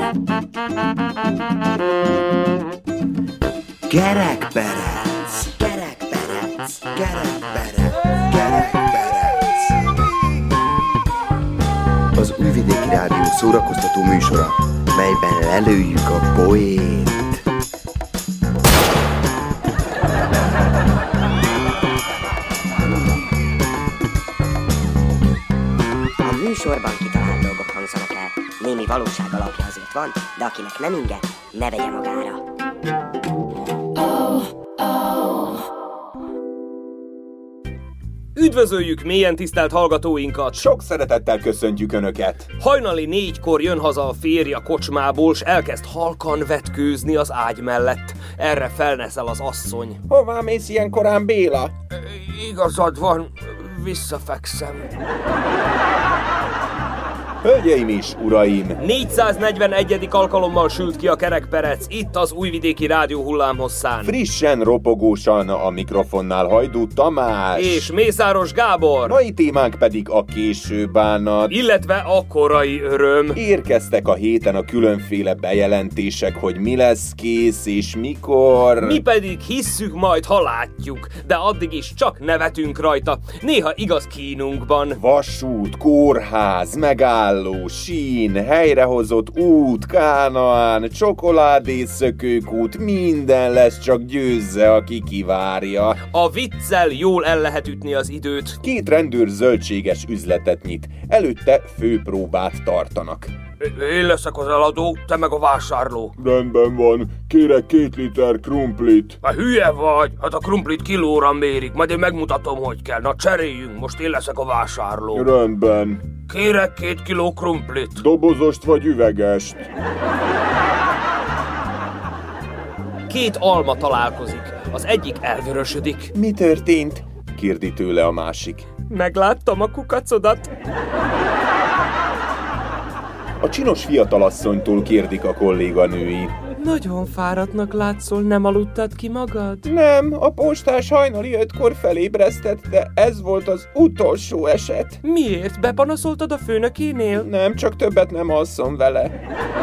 Kerekperec, kerekperec, kerekperec, kerekperec. Az Újvidéki Rádió szórakoztató műsora, melyben lelőjük a poént. A műsorban kitalált dolgok hangzanak el. Némi valóság alapja azért van, de akinek nem inge, ne vegye magára. Üdvözöljük mélyen tisztelt hallgatóinkat! Sok szeretettel köszöntjük Önöket! Hajnali 4-kor jön haza a férj a kocsmából, s elkezd halkan vetkőzni az ágy mellett. Erre felneszel az asszony. Hová mész ilyen korán, Béla? Igazad van, visszafekszem. Hölgyeim és uraim! 441. alkalommal sült ki a kerekperec, itt az Újvidéki Rádió hullámhosszán. Frissen, ropogósan a mikrofonnál Hajdú Tamás És Mészáros Gábor. Mai témánk pedig a késő bánat, Illetve a korai öröm. Érkeztek a héten a különféle bejelentések, hogy mi lesz kész és mikor. Mi pedig hisszük majd, ha látjuk, de addig is csak nevetünk rajta, néha igaz kínunkban. Vasút, kórház, megálló, sín, helyrehozott út, Kánaán, csokoládészökőkút, minden lesz, csak győzze, aki kivárja. A viccel jól el lehet ütni az időt. 2 rendőr zöldséges üzletet nyit, előtte főpróbát tartanak. Én leszek az eladó, te meg a vásárló. Rendben van, kérek 2 liter krumplit. Hát hülye vagy, hát a krumplit kilóra mérik, majd én megmutatom, hogy kell. Na cseréljünk, most én leszek a vásárló. Rendben. Kérek 2 kiló krumplit. Dobozost vagy üvegest? 2 alma találkozik, az egyik elvörösödik. Mi történt? Kérdi tőle a másik. Megláttam a kukacodat. A csinos fiatalasszonytól kérdik a kolléganői. Nagyon fáradtnak látszol, nem aludtad ki magad? Nem, a postás hajnali 5-kor felébresztett, de ez volt az utolsó eset. Miért? Bepanaszoltad a főnökénél? Nem, csak többet nem alszom vele.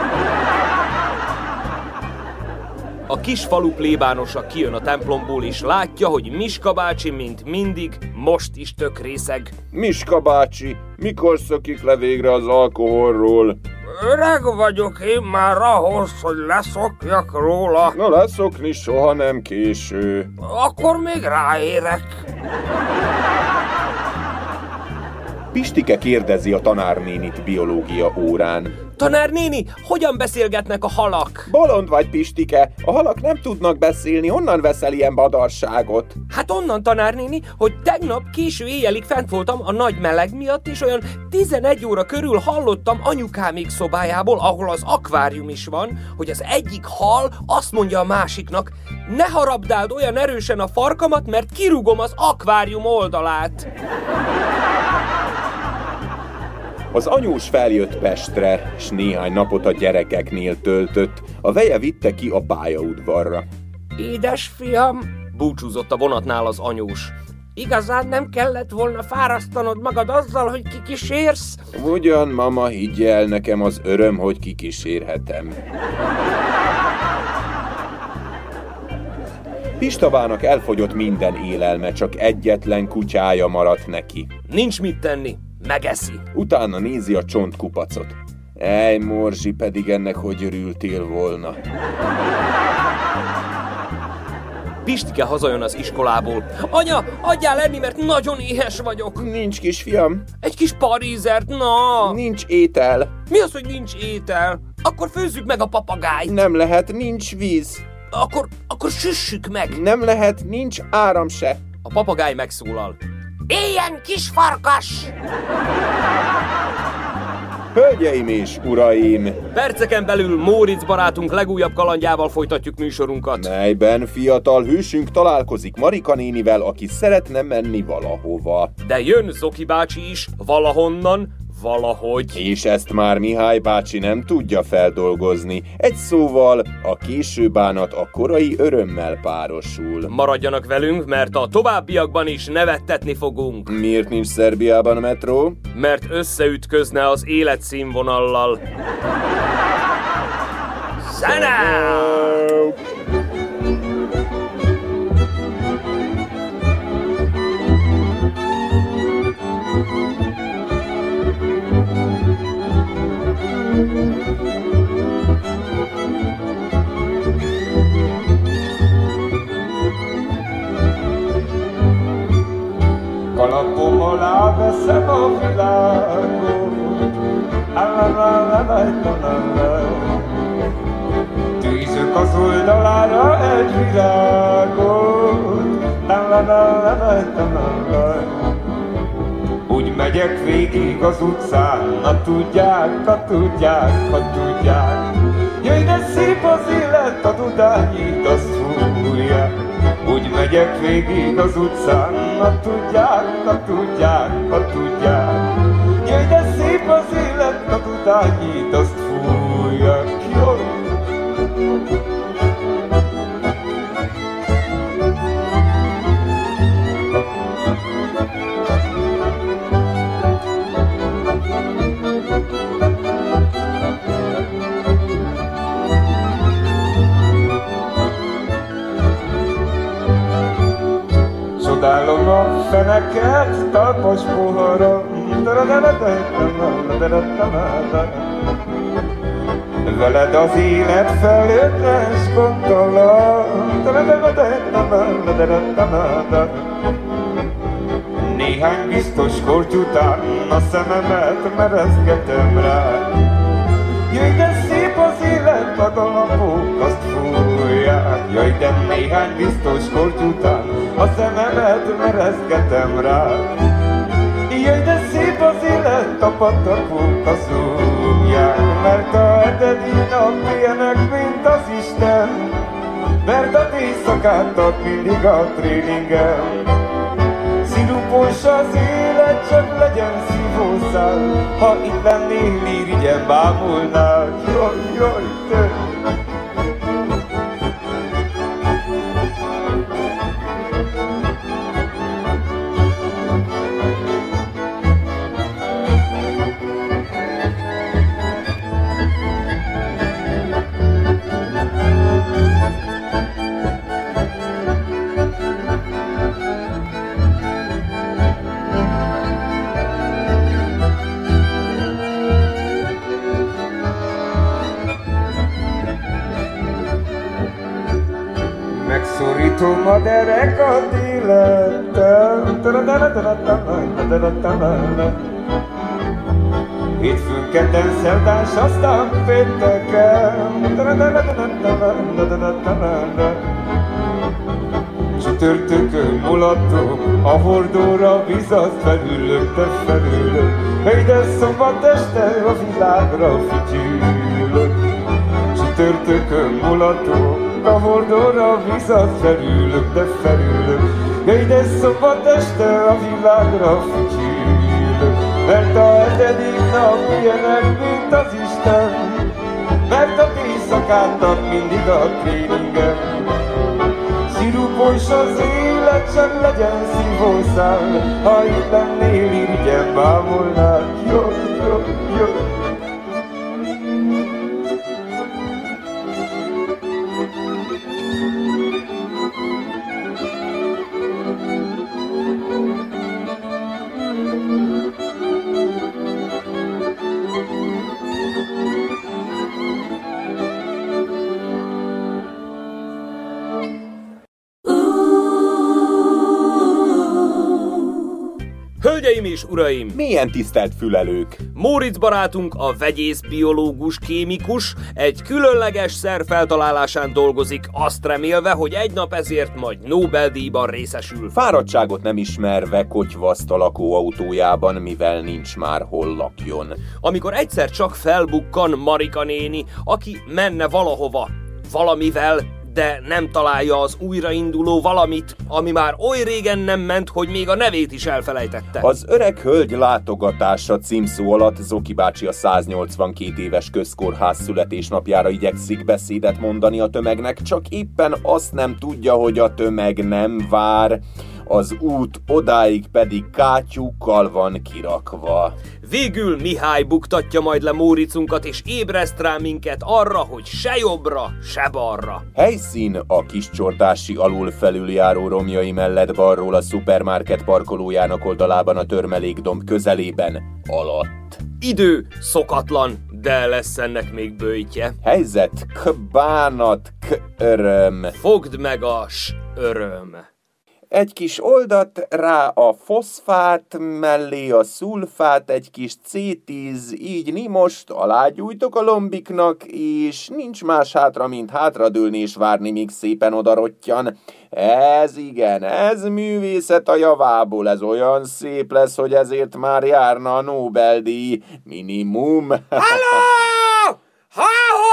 A kis falu plébánosa kijön a templomból és látja, hogy Miska bácsi, mint mindig, most is tök részeg. Miska bácsi, mikor szökik le végre az alkoholról? Öreg vagyok én már ahhoz, hogy leszokjak róla. Na, leszokni soha nem késő. Akkor még ráérek. Pistike kérdezi a tanárnénit biológia órán. Tanár néni, hogyan beszélgetnek a halak? Bolond vagy, Pistike, a halak nem tudnak beszélni, honnan veszel ilyen badarságot? Hát onnan, tanár néni, hogy tegnap késő éjjelig fent voltam a nagy meleg miatt, és olyan 11 óra körül hallottam anyukámék szobájából, ahol az akvárium is van, hogy az egyik hal azt mondja a másiknak: ne harabdáld olyan erősen a farkamat, mert kirúgom az akvárium oldalát. Az anyós feljött Pestre, s néhány napot a gyerekeknél töltött. A veje vitte ki a pályaudvarra. Édesfiam, búcsúzott a vonatnál az anyós. Igazán nem kellett volna fárasztanod magad azzal, hogy kikísérsz? Ugyan, mama, higgy el, nekem az öröm, hogy kikísérhetem. Pistavának elfogyott minden élelme, csak egyetlen kutyája maradt neki. Nincs mit tenni, megeszi. Utána nézi a csontkupacot. Ej, Morzsi, pedig ennek hogy örültél volna. Pistike hazajön az iskolából. Anya, adjál enni, mert nagyon éhes vagyok. Nincs, kisfiam. Egy kis parízert, na. Nincs étel. Mi az, hogy nincs étel? Akkor főzzük meg a papagájt. Nem lehet, nincs víz. Akkor süssük meg. Nem lehet, nincs áram se. A papagáj megszólal. Éljen, kis farkas! Hölgyeim és uraim! Perceken belül Móricz barátunk legújabb kalandjával folytatjuk műsorunkat. Melyben fiatal hősünk találkozik Marika nénivel, aki szeretne menni valahova. De jön Zoki bácsi is, valahonnan, valahogy. És ezt már Mihály bácsi nem tudja feldolgozni. Egy szóval, a késő bánat a korai örömmel párosul. Maradjanak velünk, mert a továbbiakban is nevettetni fogunk. Miért nincs Szerbiában metró? Mert összeütközne az életszínvonallal. Zene! Kalapom alá veszem a világot, tűzök az oldalára egy virágot, úgy megyek végig az utcán, na tudják, ha tudják, ha tudják. Jaj, de szép az élet, a dudányit azt fújják. Úgy megyek végig az utcán, na tudják, ha tudják, ha tudják. Jaj, de szép az élet, a dudányit azt fújják. Jaj. Csodálom a feneket, talpas poharam, veled az élet felőttes gondolat, néhány biztos korty után a szememet merezgetem rá. Jaj, de szép az élet, a galambok azt fújják. Jaj, de néhány biztos korty után a szememet merezgetem rá. Jaj, de szép az élet, a patakok azt zúgják. Mert a hetedi nap ilyenek, mint az Isten, mert az éjszakát ad mindig a tréningen. Szirupos az élet, csak legyen szívószál, ha itt lennél, irigyen bámulnál. Jaj, jaj, te! Megszorítom a derekat élettel, hétfőn, kedden, szerdán, s aztán pénteken, csütörtökön mulatok, a hordóra vizat felülök, de felülök. Hey, de szombat este a világra fütyülök. Csütörtökön mulatok, a hordóra vizat felülök, de felülök. Jaj, de szombat este a világra fütyülök. Mert a hetedik nap ilyenek, mint az Isten, mert a éjszakát ad mindig a tréningen. Szirupos az élet, sem legyen szívószál, ha itt lennél, irigyen bámulnál. Jó, jó, jó. Hölgyeim és uraim! Milyen tisztelt fülelők! Móricz barátunk, a vegyész, biológus, kémikus egy különleges szer feltalálásán dolgozik, azt remélve, hogy egy nap ezért majd Nobel-díjban részesül. Fáradtságot nem ismerve kotyvaszt a lakóautójában, mivel nincs már hol lakjon. Amikor egyszer csak felbukkan Marika néni, aki menne valahova, valamivel, de nem találja az újrainduló valamit, ami már oly régen nem ment, hogy még a nevét is elfelejtette. Az öreg hölgy látogatása címszó alatt Zoki bácsi a 182 éves közkórház születésnapjára igyekszik beszédet mondani a tömegnek, csak éppen azt nem tudja, hogy a tömeg nem vár. az út odáig pedig kátyúkkal van kirakva. Végül Mihály buktatja majd le Móriczunkat, és ébreszt rá minket arra, hogy se jobbra, se balra. Helyszín a Kiscsordási alulfelüljáró romjai mellett balról a szupermarket parkolójának oldalában a Törmelékdomb közelében, alatt. Idő szokatlan, de lesz ennek még böjtje. Helyzet bánat öröm. Fogd meg a öröm. Egy kis oldat rá a foszfát, mellé a szulfát, egy kis C10, így most alágyújtok a lombiknak, és nincs más hátra, mint hátradőlni és várni, míg szépen odarottyan. Ez igen, ez művészet a javából, ez olyan szép lesz, hogy ezért már járna a Nobel-díj. Minimum. Halló! Ha-ho!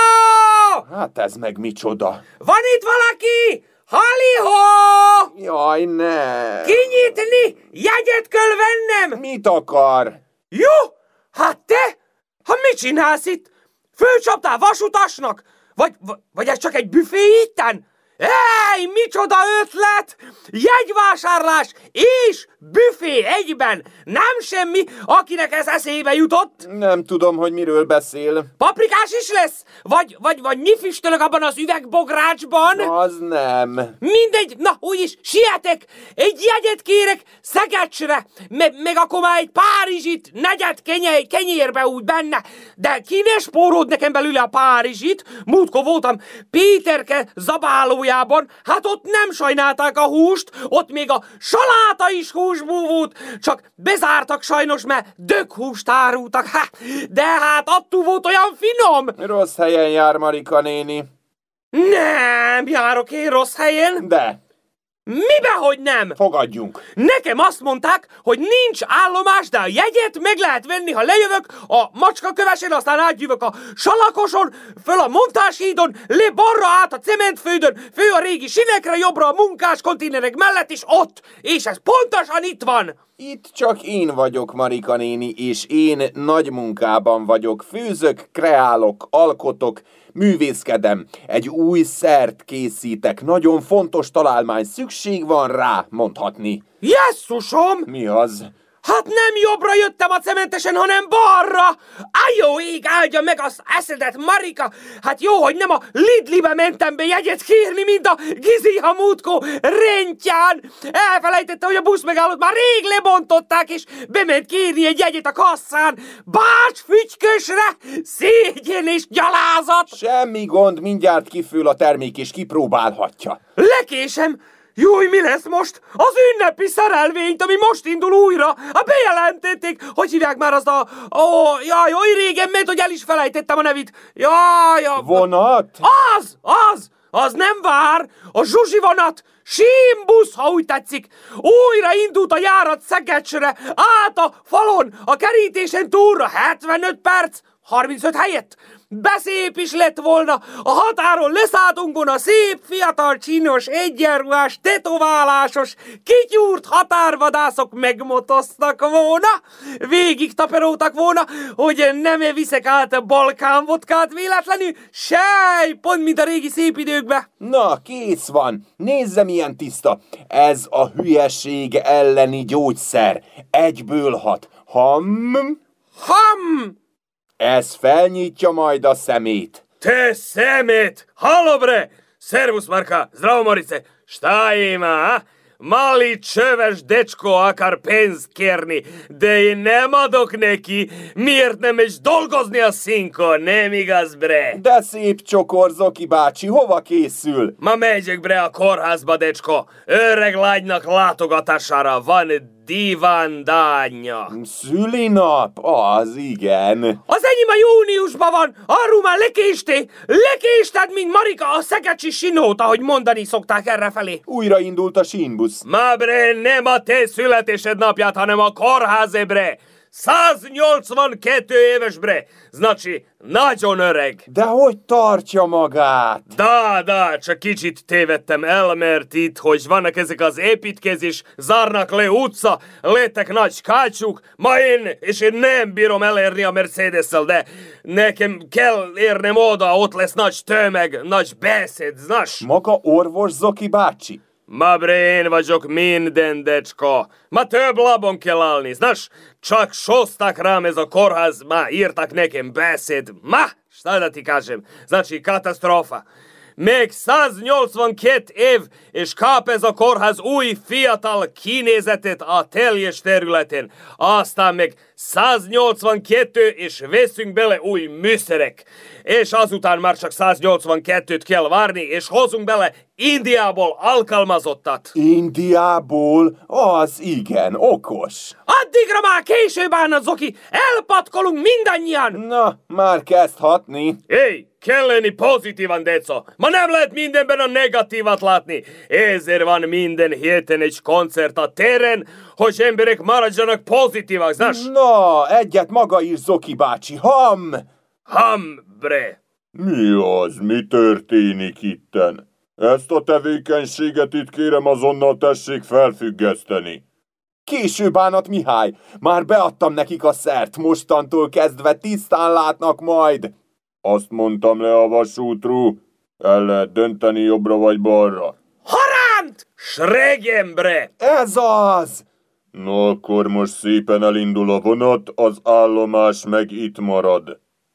Hát ez meg micsoda? Van itt valaki? Halihó! Jaj, ne! Kinyitni! Jegyet kell vennem! Mit akar? Jó! Hát te? Ha mit csinálsz itt? Fölcsaptál vasutasnak? Vagy ez csak egy büfé itten? Ej, micsoda ötlet! Jegyvásárlás és büfé egyben! Nem semmi, akinek ez eszébe jutott? Nem tudom, hogy miről beszél. Paprikás is lesz? Vagy nyifüstölök abban az üvegbográcsban? Az nem. Mindegy, na úgyis sietek! Egy jegyet kérek Szegecsre, meg akkor már egy párizsit, negyed kenyérbe úgy benne, de ki ne spórold nekem belőle a párizsit. Múltkor voltam Péterke zabálójában, hát ott nem sajnálták a húst, ott még a saláta is húsból volt, csak bezártak sajnos, mert dökhúst árultak, de hát attól volt olyan finom. Rossz helyen jár Marika néni. Nem járok én rossz helyen. De. Mibehogy nem? Fogadjunk. Nekem azt mondták, hogy nincs állomás, de a jegyet meg lehet venni, ha lejövök a Macskakövesen, aztán átjövök a Salakoson, föl a Montáshídon, le balra át a Cementföldön, fő a régi sinekre, jobbra a munkás konténerek mellett, és ott. És ez pontosan itt van. Itt csak én vagyok, Marika néni, és én nagy munkában vagyok. Főzök, kreálok, alkotok, művészkedem. Egy új szert készítek. Nagyon fontos találmány. Szükség van rá, mondhatni. Jesszusom! Mi az? Hát nem jobbra jöttem a cementesen, hanem balra! Ájó ég áldja meg az eszedet, Marika! Hát jó, hogy nem a Lidlibe mentem be jegyet kérni, mint a Giziha múltkor Rentyán! Elfelejtette, hogy a buszmegállót már rég lebontották, és bement kérni egy jegyet a kasszán! Bács fügykösre! Szégyen és gyalázat! Semmi gond, mindjárt kifül a termék, és kipróbálhatja. Lekésem! Júj, mi lesz most? Az ünnepi szerelvényt, ami most indul újra. Bejelentették, hogy hívják már azt a... Jaj, oly régen ment, hogy el is felejtettem a nevét. Jaj, Vonat? Az nem vár. A Zsuzsi vonat. Símbusz, ha úgy tetszik. Újra indult a járat Szegecsre. Át a falon, a kerítésen túlra. 75 perc, 35 helyett. Beszép is lett volna, a határon leszálltunk volna szép, fiatal, csinos, egyenruhás, tetoválásos, kityúrt határvadászok megmotoztak volna, végig taperoltak volna, hogy nem viszek át a Balkán vodkát véletlenül, sej, pont mint a régi szép időkbe. Na, kész van. Nézze, milyen tiszta. Ez a hülyeség elleni gyógyszer. Egyből hat. Ham! Ez felnyitja majd a szemét. Te szemét! Halló bre! Szervusz Marka! Zdravo Morice! Šta ima, Mali csöves decsko akar pénzt kérni, de én nem adok neki, miért nem is dolgozni a szinkon, nem igaz bre? De szép csokor, Zoki bácsi, hova készül? Ma megyek bre a kórházba, decsko. Öreg lánynak látogatására van divandánya. Szülinap? Az igen. Az enyém a júniusban van, arról már lekésted, mint Marika a szegecsi sinót, ahogy mondani szokták errefelé. Újraindult a sínbusz. Ma bre, nem a te születésed napját, hanem a kórházé bre. 182 éves bre, znači nagyon öreg. De hogy tartja magát? Da, csak kicsit tévedtem el, mert itt, hogy vannak ezek az építkezés, zárnak le utca, lettek nagy kácsuk, és én nem bírom elérni a Mercedes-szel, de nekem kell érnem oda, ott lesz nagy tömeg, nagy beszéd, znaš. Maga orvos, Zoki bácsi? Ma bre, én vagyok minden, dečko. Ma több labon kell állni, znaš? Čak šostak rám ez a kórház, ma írtak nekem beszéd. Ma, šta da ti kažem? Znači, katastrofa. Még 182 év, és kap ez a kórház új fiatal kinézetet a teljes területen. Aztán még 182, és veszünk bele új műszerek. És azután már csak 182-t kell várni, és hozunk bele Indiából alkalmazottat. Indiából? Az igen, okos. Addigra már később állna, Zoki! Elpatkolunk mindannyian! Na, már kezd hatni. Hey, kell lenni pozitívan, Deco. Ma nem lehet mindenben a negatívat látni. Ezért van minden héten egy koncert a téren, hogy emberek maradjanak pozitívak, znaš? Na, egyet maga is, Zoki bácsi, ham! Ham, bre! Mi az? Mi történik itten? Ezt a tevékenységet itt kérem azonnal tessék felfüggeszteni. Késő Bánat Mihály, már beadtam nekik a szert, mostantól kezdve tisztán látnak majd. Azt mondtam le a vasútról, el lehet dönteni jobbra vagy balra. Haránt! Sregem, bre! Ez az! No, akkor most szépen elindul a vonat, az állomás meg itt marad.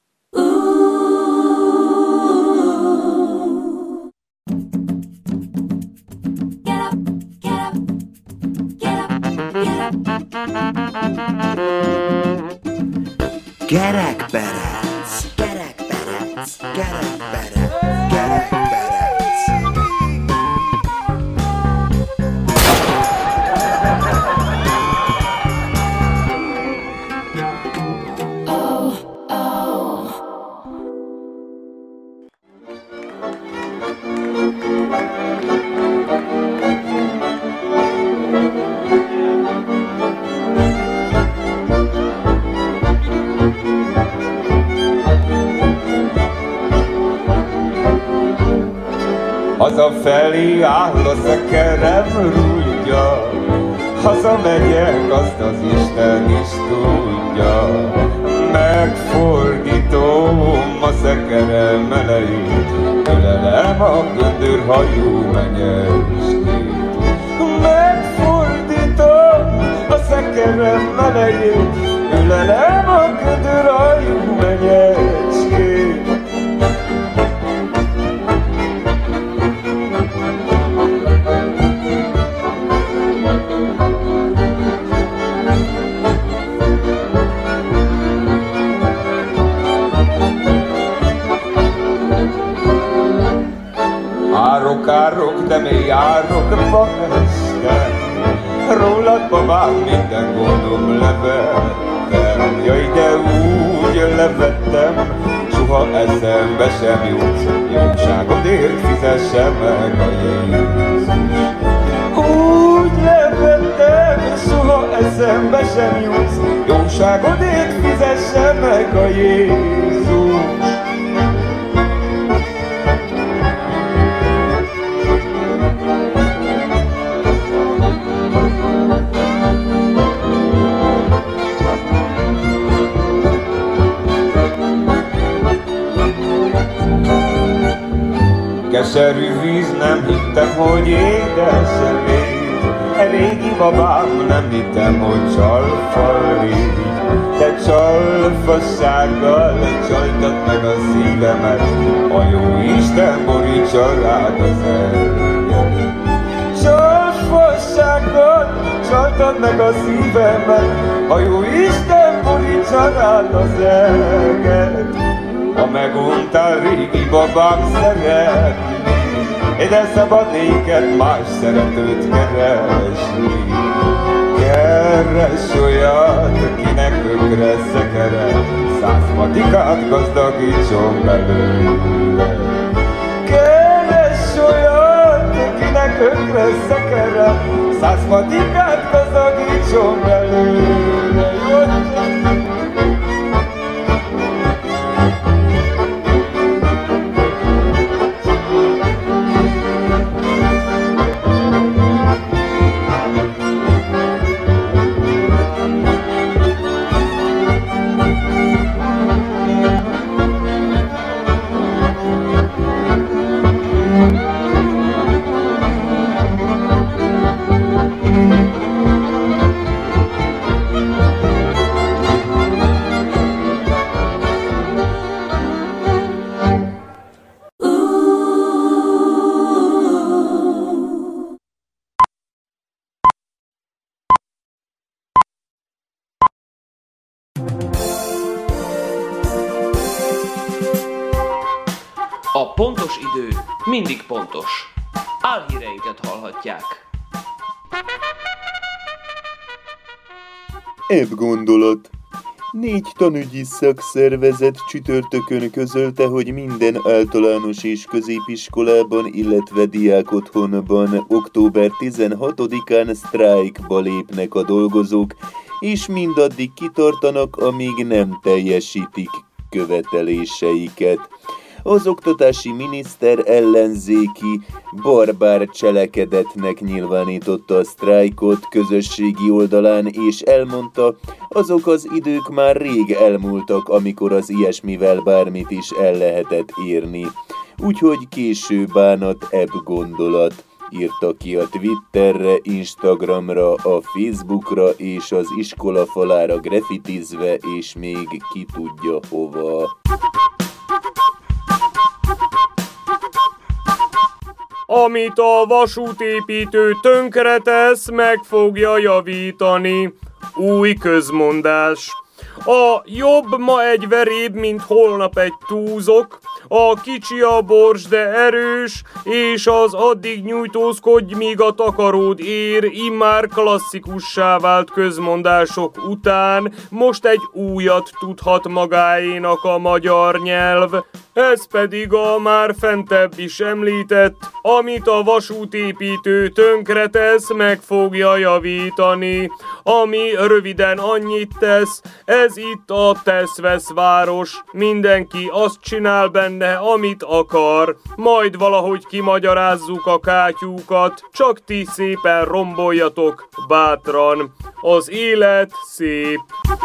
Kerekperec, kerekperec, kerekperec, kerekperec. Hazafelé áll a szekerem rúdja, hazamegyek, azt az Isten is tudja. Megfordítom a szekerem elejét, ölelem a göndörhajú menyecskét. Megfordítom a szekerem elejét, ölelem a göndörhajú menyecskét. Árok, de még járok van este, rólad, babám, minden gondom levettem. Jaj, de úgy levettem, soha eszembe sem jut, jóságodért fizesse meg a Jézus. Úgy levettem, soha eszembe sem jut, jóságodért fizesse meg a Jézus. Keserű víz, nem hittem, hogy édes légy. Régi babám, nem hittem, hogy csalfa légy. Te csalfassággal csaltad meg a szívemet, a jó Isten borítsa rád az erget. Csalfassággal csaltad meg a szívemet, a jó Isten borítsa rád az erget. Ha meguntál régi babám szeretni, de szabad néked más szeretőt keresni. Keres olyat, kinek ökre szekere, 100 matikát gazdagítson belőle. Keres olyat, kinek ökre szekere, 100 matikát gazdagítson belőle. pontos idő mindig pontos. Álhíreinket hallhatják. Ebb gondolat. 4 tanügyi szakszervezet csütörtökön közölte, hogy minden általános és középiskolában, illetve diákotthonban október 16-án sztrájkba lépnek a dolgozók, és mindaddig kitartanak, amíg nem teljesítik követeléseiket. Az oktatási miniszter ellenzéki, barbár cselekedetnek nyilvánította a sztrájkot közösségi oldalán, és elmondta, azok az idők már rég elmúltak, amikor az ilyesmivel bármit is el lehetett érni. Úgyhogy késő bánat ebb gondolat. Írta ki a Twitterre, Instagramra, a Facebookra és az iskola falára graffitizve, és még ki tudja hova. Amit a vasútépítő tönkretesz, meg fogja javítani. Új közmondás. A jobb ma egy veréb, mint holnap egy túzok, a kicsi a bors, de erős, és az addig nyújtózkodj, míg a takaród ér, immár klasszikussá vált közmondások után most egy újat tudhat magáénak a magyar nyelv. Ez pedig a már fentebb is említett, amit a vasútépítő tönkretesz, meg fogja javítani. Ami röviden annyit tesz, ez itt a tesz-vesz város. Mindenki azt csinál benne, amit akar. Majd valahogy kimagyarázzuk a kátyúkat, csak ti szépen romboljatok, bátran. Az élet szép.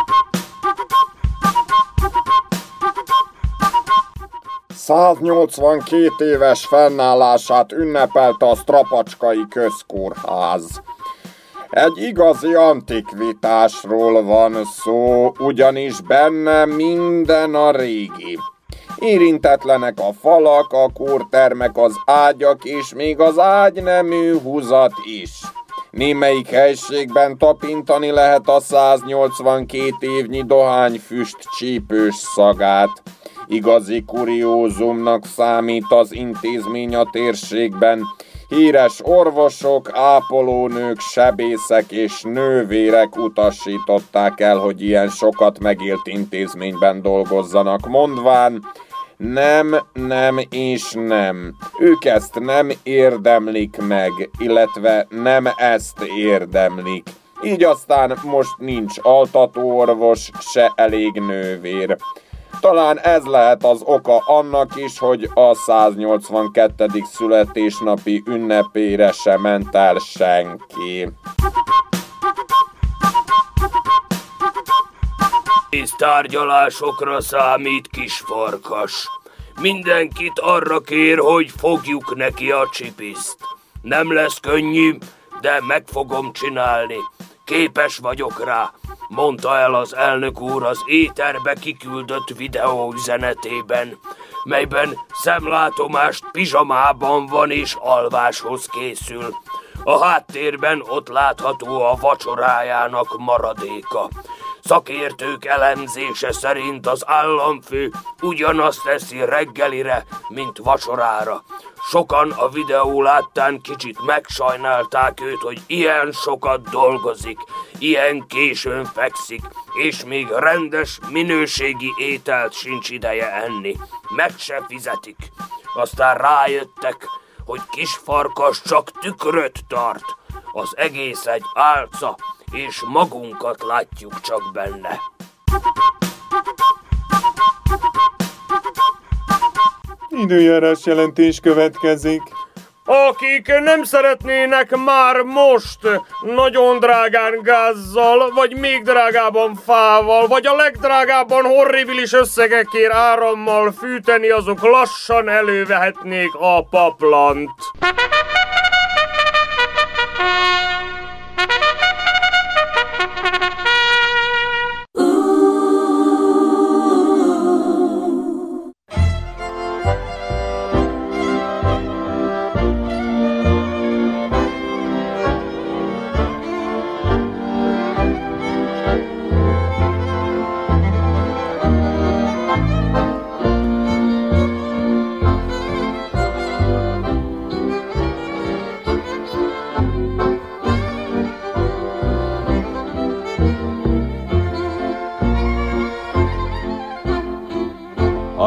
...182 éves fennállását ünnepelte a Strapacskai Közkórház. Egy igazi antikvitásról van szó, ugyanis benne minden a régi. Érintetlenek a falak, a kórtermek, az ágyak, és még az ágynemű húzat is. Némelyik helységben tapintani lehet a 182 évnyi dohányfüst csípős szagát. Igazi kuriózumnak számít az intézmény a térségben. Híres orvosok, ápolónők, sebészek és nővérek utasították el, hogy ilyen sokat megélt intézményben dolgozzanak, mondván, nem és nem. Ők ezt nem érdemlik meg, illetve nem ezt érdemlik. Így aztán most nincs altatóorvos, se elég nővér. Talán ez lehet az oka annak is, hogy a 182. születésnapi ünnepére se ment el senki. És tárgyalásokra számít Kisfarkas. Mindenkit arra kér, hogy fogjuk neki a csipiszt. Nem lesz könnyű, de meg fogom csinálni. Képes vagyok rá, mondta el az elnök úr az éterbe kiküldött videóüzenetében, melyben szemlátomást pizsamában van és alváshoz készül. A háttérben ott látható a vacsorájának maradéka. Szakértők elemzése szerint az államfő ugyanazt teszi reggelire, mint vacsorára. Sokan a videó láttán kicsit megsajnálták őt, hogy ilyen sokat dolgozik, ilyen későn fekszik, és még rendes, minőségi ételt sincs ideje enni. Meg se fizetik. Aztán rájöttek, hogy Kisfarkas csak tükröt tart. Az egész egy álca, és magunkat látjuk csak benne. Időjárás jelentés következik. Akik nem szeretnének már most nagyon drágán gázzal, vagy még drágában fával, vagy a legdrágábban horribilis összegekért árammal fűteni, azok lassan elővehetnék a paplant.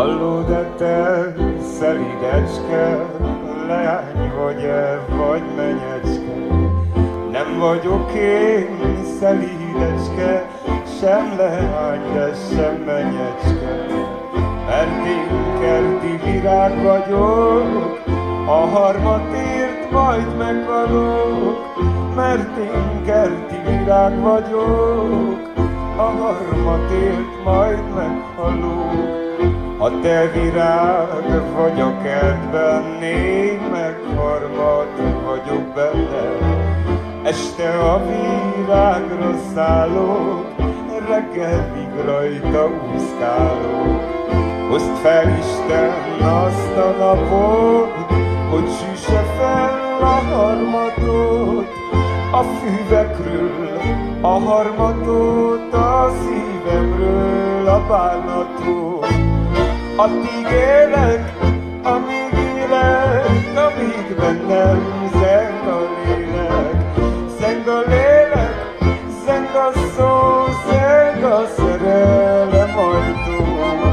Hallod-e te, szelidecske, leány vagy-e, vagy menyecske? Nem vagyok én szelidecske, sem leány, de sem menyecske. Mert én kerti virág vagyok, a harmatért majd meghalok. Mert én kerti virág vagyok, a harmatért majd meghalok. Ha te virág vagy a kertben, én meg harmat vagyok benne. Este a virágra szállok, reggelig rajta úszkálok. Hozd fel Isten azt a napot, hogy süsse fel a harmatot, a füvekről a harmatot, a szívemről a bánatot. Addig élek, amíg élek, amíg bennem zeng a lélek. Zeng a lélek, zeng a szó, zeng a szerelem ajtó.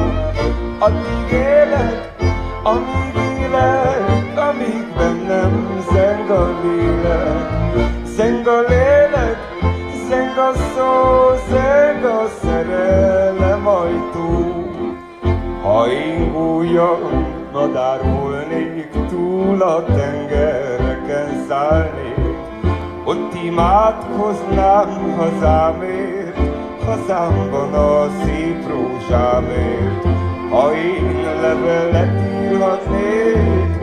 Addig élek, amíg élek, amíg bennem zeng a lélek. Zeng a lélek, zeng a szó, zeng a szerelem ajtó. Ha én gólya nadár volnék, túl a tengereken szállnék, ott imádkoznám hazámért, hazámban a szép rózsámért. Ha én levelet írhatnék,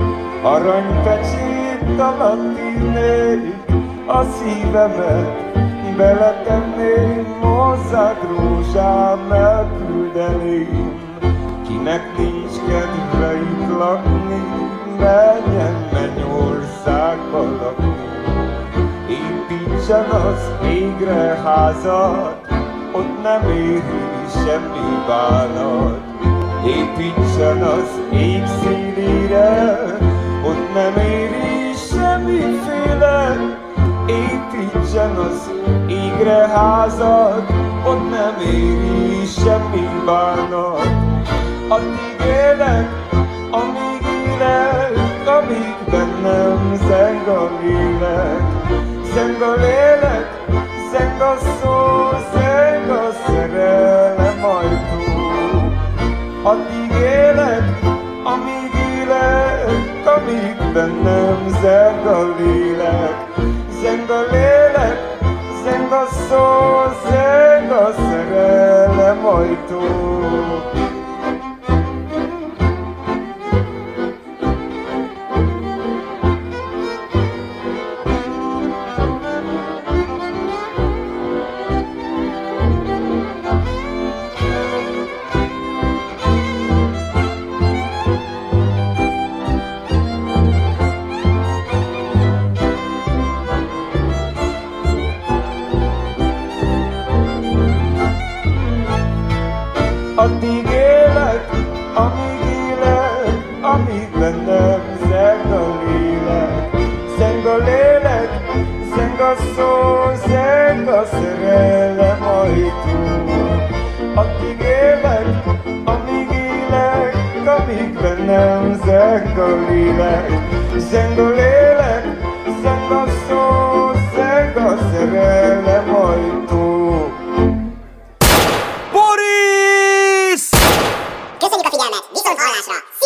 aranypecsét alatt írnék, a szívemet beletenném, hozzák rózsám elküldeném. Kinek nincs kedve itt lakni, menjen Mennyországba lakni. Építsen az égre házat, ott nem éri semmi bánat. Építsen az ég szélére, ott nem éri semmiféle. Építsen az égre házat, ott nem éri semmi bánat. Addig élek, amíg élek, amíg bennem zeng a lélek. Zeng a lélek, zeng a szó, zeng a szerelem ajtó. Addig élek, amíg élek, amíg bennem zeng a lélek. Zeng a lélek, zeng a szó, zeng a szerelem ajtó. Addig élek, amíg élek, amíg bennem zeng a lélek. Zeng a lélek, zeng a szó, zeng a szerelem ajtó. Addig élek, amíg élek, amíg bennem zeng a lélek. Zeng a lélek, zeng a szó, zeng a szerelem ajtó. Köszönjük a figyelmet! Viszont hallásra!